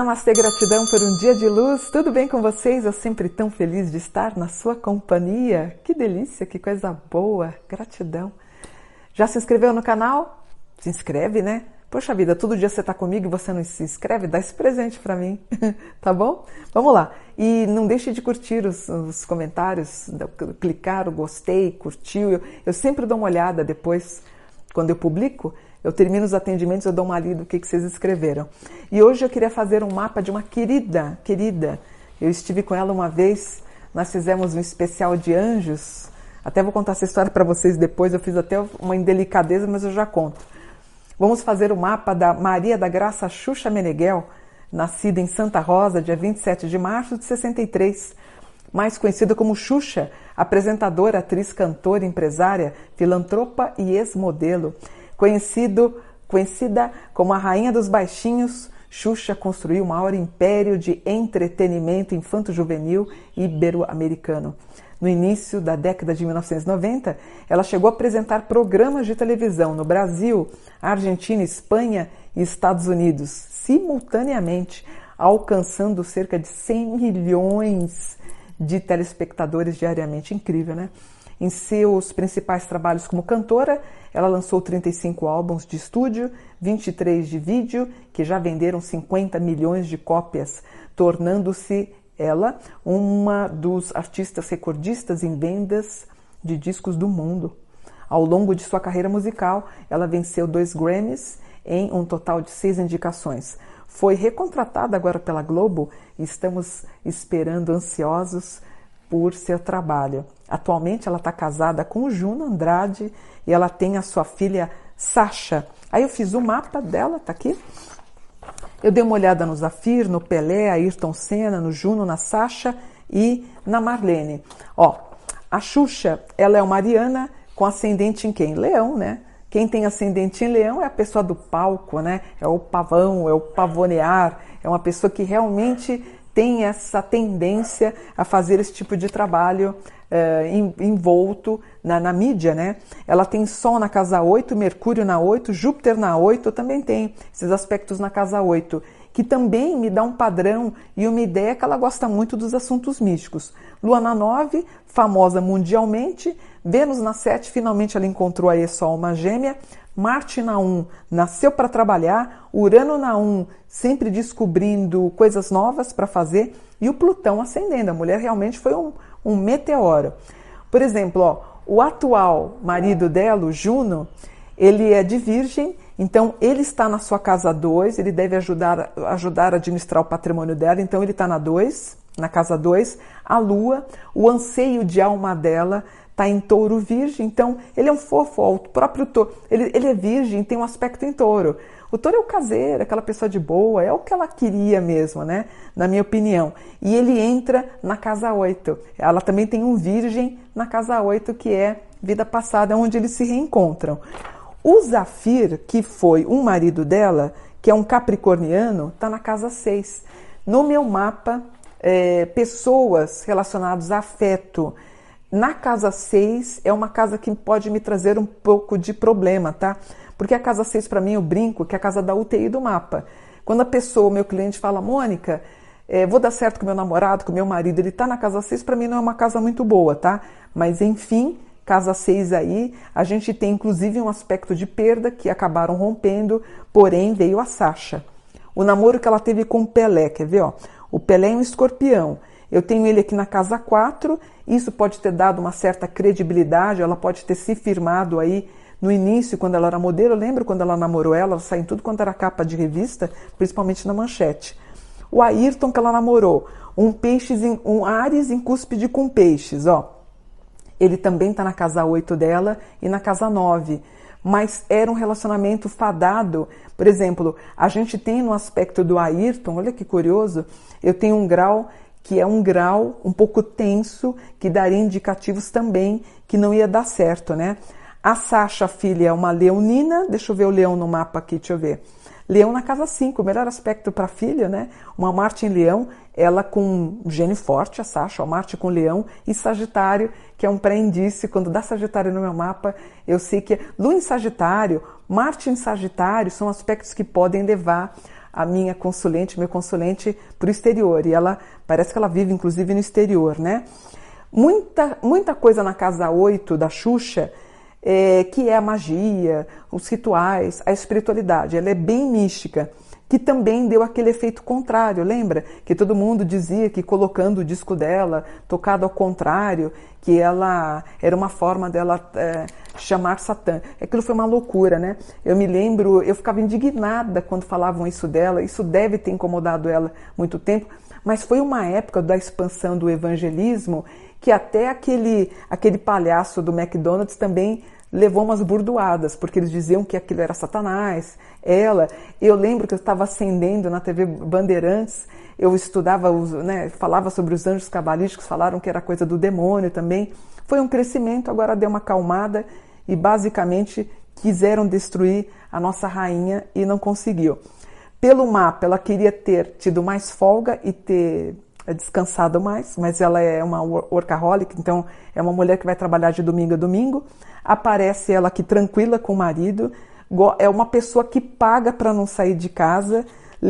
Namastê, gratidão por um dia de luz. Tudo bem com vocês? Eu sempre tão feliz de estar na sua companhia. Que delícia, que coisa boa. Gratidão. Já se inscreveu no canal? Se inscreve, né? Poxa vida, todo dia você está comigo e você não se inscreve? Dá esse presente para mim, tá bom? Vamos lá. E não deixe de curtir os comentários, clicar o gostei, curtiu. Eu sempre dou uma olhada depois, quando eu publico. Eu termino os atendimentos, eu dou uma lida do que vocês escreveram. E hoje eu queria fazer um mapa de uma querida. Eu estive com ela uma vez, nós fizemos um especial de anjos. Até vou contar essa história para vocês depois, eu fiz até uma indelicadeza, mas eu já conto. Vamos fazer o mapa da Maria da Graça Xuxa Meneghel, nascida em Santa Rosa, dia 27 de março de 63. Mais conhecida como Xuxa, apresentadora, atriz, cantora, empresária, filantropa e ex-modelo. Conhecida como a Rainha dos Baixinhos, Xuxa construiu o maior império de entretenimento infanto-juvenil ibero-americano. No início da década de 1990, ela chegou a apresentar programas de televisão no Brasil, Argentina, Espanha e Estados Unidos, simultaneamente, alcançando cerca de 100 milhões de telespectadores diariamente. Incrível, né? Em seus principais trabalhos como cantora, ela lançou 35 álbuns de estúdio, 23 de vídeo, que já venderam 50 milhões de cópias, tornando-se ela uma dos artistas recordistas em vendas de discos do mundo. Ao longo de sua carreira musical, ela venceu 2 Grammys em um total de 6 indicações. Foi recontratada agora pela Globo e estamos esperando ansiosos por seu trabalho. Atualmente ela está casada com o Juno Andrade e ela tem a sua filha Sasha. Aí eu fiz o mapa dela, tá aqui. Eu dei uma olhada no Zafir, no Pelé, Ayrton Senna, no Juno, na Sasha e na Marlene. Ó, a Xuxa, ela é uma ariana com ascendente em quem? Leão, né? Quem tem ascendente em Leão é a pessoa do palco, né? É o pavão, é o pavonear, é uma pessoa que realmente tem essa tendência a fazer esse tipo de trabalho envolto na mídia, né? Ela tem Sol na casa 8, Mercúrio na 8, Júpiter na 8, eu também tenho esses aspectos na casa 8, que também me dá um padrão e uma ideia que ela gosta muito dos assuntos místicos. Lua na 9, famosa mundialmente, Vênus na 7, finalmente ela encontrou aí sua alma gêmea, Marte na 1, nasceu para trabalhar, Urano na 1, sempre descobrindo coisas novas para fazer, e o Plutão ascendendo. A mulher realmente foi um meteoro. Por exemplo, ó, o atual marido dela, o Juno, ele é de Virgem, então ele está na sua casa 2, ele deve ajudar a administrar o patrimônio dela, então ele está na casa 2, a Lua, o anseio de alma dela está em Touro Virgem, então ele é um fofo, ó, o próprio Touro, ele é Virgem, tem um aspecto em Touro. O Touro é o caseiro, aquela pessoa de boa, é o que ela queria mesmo, né? Na minha opinião. E ele entra na casa 8. Ela também tem um Virgem na casa 8, que é vida passada, onde eles se reencontram. O Zafir, que foi um marido dela, que é um capricorniano, está na casa 6. No meu mapa, pessoas relacionadas a afeto, na casa 6 é uma casa que pode me trazer um pouco de problema, tá? Porque a casa 6, para mim, eu brinco que é a casa da UTI do mapa. Quando a pessoa, meu cliente, fala, Mônica, vou dar certo com meu namorado, com meu marido, ele está na casa 6, para mim não é uma casa muito boa, tá? Mas, enfim, casa 6 aí, a gente tem, inclusive, um aspecto de perda que acabaram rompendo, porém, veio a Sasha. O namoro que ela teve com o Pelé, quer ver, ó? O Pelé é um escorpião. Eu tenho ele aqui na casa 4, isso pode ter dado uma certa credibilidade, ela pode ter se firmado aí no início, quando ela era modelo. Eu lembro quando ela namorou ela saiu em tudo quanto era capa de revista, principalmente na Manchete. O Ayrton que ela namorou, um Áries em cúspide com peixes, ó. Ele também está na casa 8 dela e na casa 9. Mas era um relacionamento fadado. Por exemplo, a gente tem no aspecto do Ayrton, olha que curioso, eu tenho um grau que é um grau um pouco tenso, que daria indicativos também que não ia dar certo, né? A Sasha, filha, é uma leonina, deixa eu ver o leão no mapa aqui, deixa eu ver. Leão na casa 5, o melhor aspecto para a filha, né? Uma Marte em Leão, ela com gene forte, a Sasha, a Marte com Leão, e Sagitário, que é um pré-indício. Quando dá Sagitário no meu mapa, eu sei que Lua em Sagitário, Marte em Sagitário, são aspectos que podem levar a minha consulente, meu consulente para o exterior. E ela, parece que ela vive inclusive no exterior, né? Muita coisa na casa 8 da Xuxa, que é a magia, os rituais, a espiritualidade. Ela é bem mística, que também deu aquele efeito contrário, lembra? Que todo mundo dizia que colocando o disco dela, tocado ao contrário, que ela era uma forma dela chamar Satã. Aquilo foi uma loucura, né? Eu me lembro, eu ficava indignada quando falavam isso dela, isso deve ter incomodado ela muito tempo, mas foi uma época da expansão do evangelismo que até aquele palhaço do McDonald's também levou umas burdoadas, porque eles diziam que aquilo era Satanás, eu lembro que eu estava acendendo na TV Bandeirantes, eu estudava, falava sobre os anjos cabalísticos, falaram que era coisa do demônio também. Foi um crescimento, agora deu uma acalmada e basicamente quiseram destruir a nossa rainha e não conseguiu. Pelo mapa, ela queria ter tido mais folga e ter descansado mais, mas ela é uma workaholic, então é uma mulher que vai trabalhar de domingo a domingo. Aparece ela aqui tranquila com o marido, é uma pessoa que paga para não sair de casa.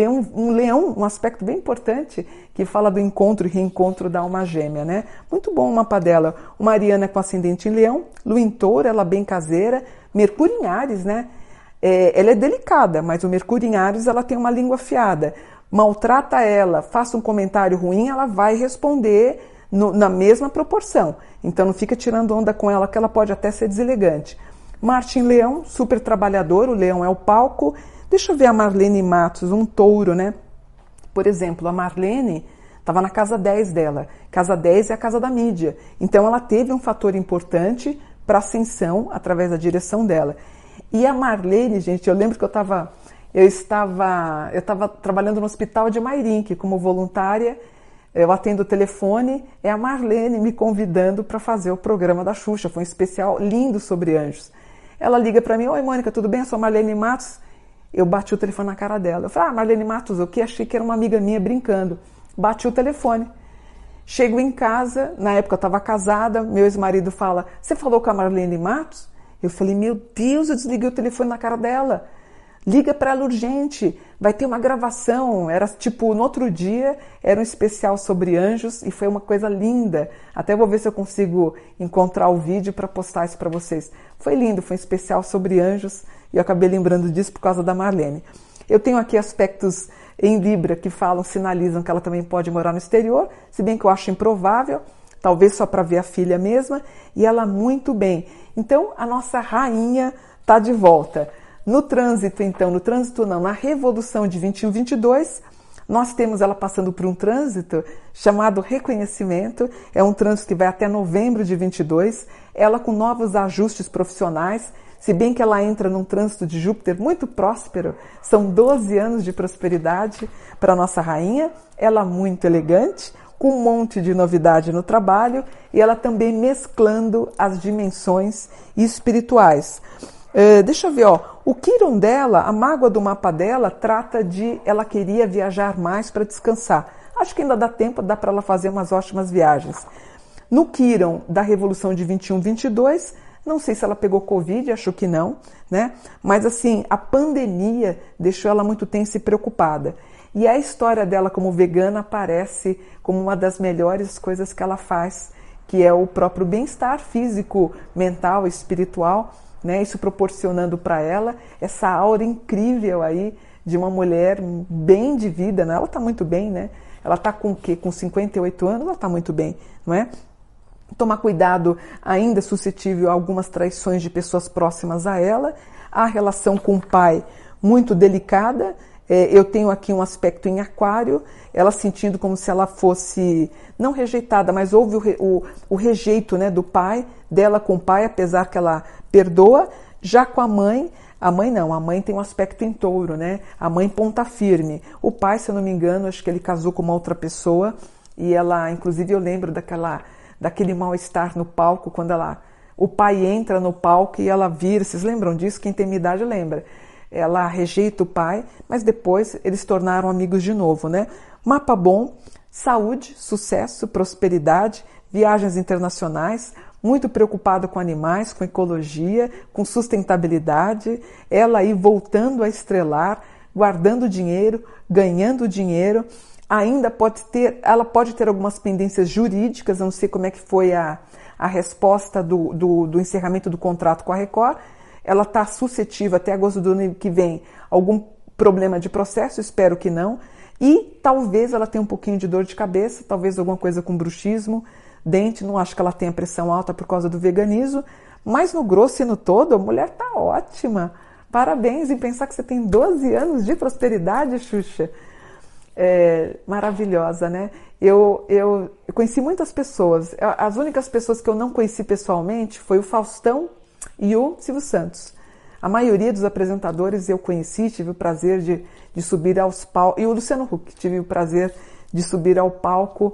Um leão, um aspecto bem importante, que fala do encontro e reencontro da alma gêmea, né? Muito bom o mapa dela. Uma Ariana com ascendente em leão, lua em touro, ela bem caseira, Mercúrio em Áries, né? Ela é delicada, mas o Mercúrio em Áries, ela tem uma língua afiada. Maltrata ela, faça um comentário ruim, ela vai responder na mesma proporção. Então não fica tirando onda com ela, que ela pode até ser deselegante. Marte em leão, super trabalhador, o leão é o palco. Deixa eu ver a Marlene Matos, um touro, né? Por exemplo, a Marlene estava na casa 10 dela. Casa 10 é a casa da mídia. Então ela teve um fator importante para ascensão através da direção dela. E a Marlene, gente, eu lembro que eu estava trabalhando no hospital de Mairinque como voluntária. Eu atendo o telefone, é a Marlene me convidando para fazer o programa da Xuxa. Foi um especial lindo sobre anjos. Ela liga para mim: oi, Mônica, tudo bem? Eu sou a Marlene Matos. Eu bati o telefone na cara dela. Eu falei: Marlene Matos, o que? Achei que era uma amiga minha brincando. Bati o telefone. Chego em casa, na época eu estava casada, meu ex-marido fala: você falou com a Marlene Matos? Eu falei: meu Deus, eu desliguei o telefone na cara dela. Liga para ela urgente, vai ter uma gravação. Era tipo, no outro dia, era um especial sobre anjos e foi uma coisa linda. Até vou ver se eu consigo encontrar o vídeo para postar isso para vocês. Foi lindo, foi um especial sobre anjos e eu acabei lembrando disso por causa da Marlene. Eu tenho aqui aspectos em Libra que sinalizam que ela também pode morar no exterior, se bem que eu acho improvável, talvez só para ver a filha mesma, e ela muito bem. Então, a nossa rainha está de volta. No trânsito, então, na revolução de 21-22, nós temos ela passando por um trânsito chamado reconhecimento, é um trânsito que vai até novembro de 22, ela com novos ajustes profissionais, se bem que ela entra num trânsito de Júpiter muito próspero, são 12 anos de prosperidade para a nossa rainha, ela muito elegante, com um monte de novidade no trabalho e ela também mesclando as dimensões espirituais. Deixa eu ver, o Quiron dela, a mágoa do mapa dela, trata de ela queria viajar mais para descansar. Acho que ainda dá tempo, dá para ela fazer umas ótimas viagens. No Quiron da Revolução de 21-22, não sei se ela pegou Covid, acho que não, né? Mas assim, a pandemia deixou ela muito tensa e preocupada. E a história dela como vegana aparece como uma das melhores coisas que ela faz, que é o próprio bem-estar físico, mental, espiritual, né? Isso proporcionando para ela essa aura incrível aí de uma mulher bem de vida, né? Ela está muito bem, né? Ela está com o quê? Com 58 anos, ela está muito bem, não é? Tomar cuidado, ainda suscetível a algumas traições de pessoas próximas a ela, a relação com o pai muito delicada. Eu tenho aqui um aspecto em aquário, ela sentindo como se ela fosse, não rejeitada, mas houve o rejeito, né, do pai, dela com o pai, apesar que ela perdoa. Já com a mãe não, a mãe tem um aspecto em touro, né? A mãe ponta firme. O pai, se eu não me engano, acho que ele casou com uma outra pessoa e ela, inclusive eu lembro daquele mal-estar no palco, quando o pai entra no palco e ela vira, vocês lembram disso? Quem tem minha idade lembra. Ela rejeita o pai, mas depois eles se tornaram amigos de novo, né? Mapa bom, saúde, sucesso, prosperidade, viagens internacionais, muito preocupada com animais, com ecologia, com sustentabilidade, ela aí voltando a estrelar, guardando dinheiro, ganhando dinheiro, ela pode ter algumas pendências jurídicas, não sei como é que foi a resposta do encerramento do contrato com a Record. Ela está suscetível até agosto do ano que vem a algum problema de processo, espero que não, e talvez ela tenha um pouquinho de dor de cabeça, talvez alguma coisa com bruxismo, dente, não acho que ela tenha pressão alta por causa do veganismo, mas no grosso e no todo, a mulher está ótima. Parabéns em pensar que você tem 12 anos de prosperidade, Xuxa. Maravilhosa, né? Eu conheci muitas pessoas. As únicas pessoas que eu não conheci pessoalmente foi o Faustão e o Silvio Santos. A maioria dos apresentadores eu conheci, tive o prazer de subir aos palcos. E o Luciano Huck, tive o prazer de subir ao palco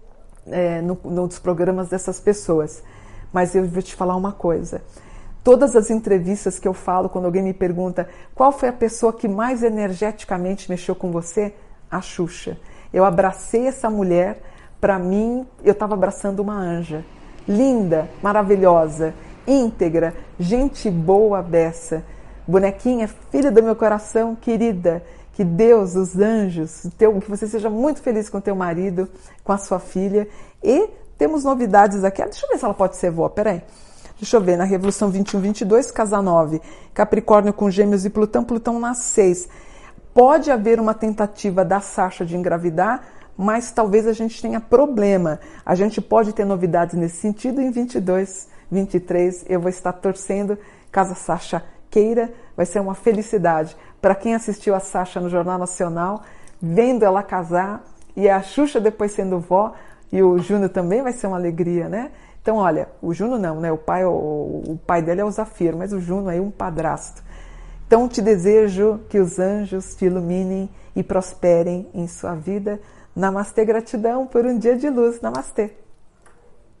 nos programas dessas pessoas. Mas eu vou te falar uma coisa. Todas as entrevistas que eu falo, quando alguém me pergunta qual foi a pessoa que mais energeticamente mexeu com você, a Xuxa. Eu abracei essa mulher, para mim, eu estava abraçando uma anja. Linda, maravilhosa, íntegra, gente boa beça. Bonequinha, filha do meu coração, querida. Que Deus, os anjos, que você seja muito feliz com teu marido, com a sua filha. E temos novidades aqui. Deixa eu ver se ela pode ser vó, peraí. Deixa eu ver, na Revolução 21-22, casa 9, Capricórnio com Gêmeos e Plutão, Plutão na 6. Pode haver uma tentativa da Sasha de engravidar, mas talvez a gente tenha problema. A gente pode ter novidades nesse sentido em 22, 23. Eu vou estar torcendo, caso a Sasha queira, vai ser uma felicidade. Para quem assistiu a Sasha no Jornal Nacional, vendo ela casar, e a Xuxa depois sendo vó, e o Júnior também vai ser uma alegria, né? Então, olha, o Júnior não, né? O pai dele é o Zafiro, mas o Júnior é um padrasto. Então, te desejo que os anjos te iluminem e prosperem em sua vida. Namastê, gratidão por um dia de luz. Namastê.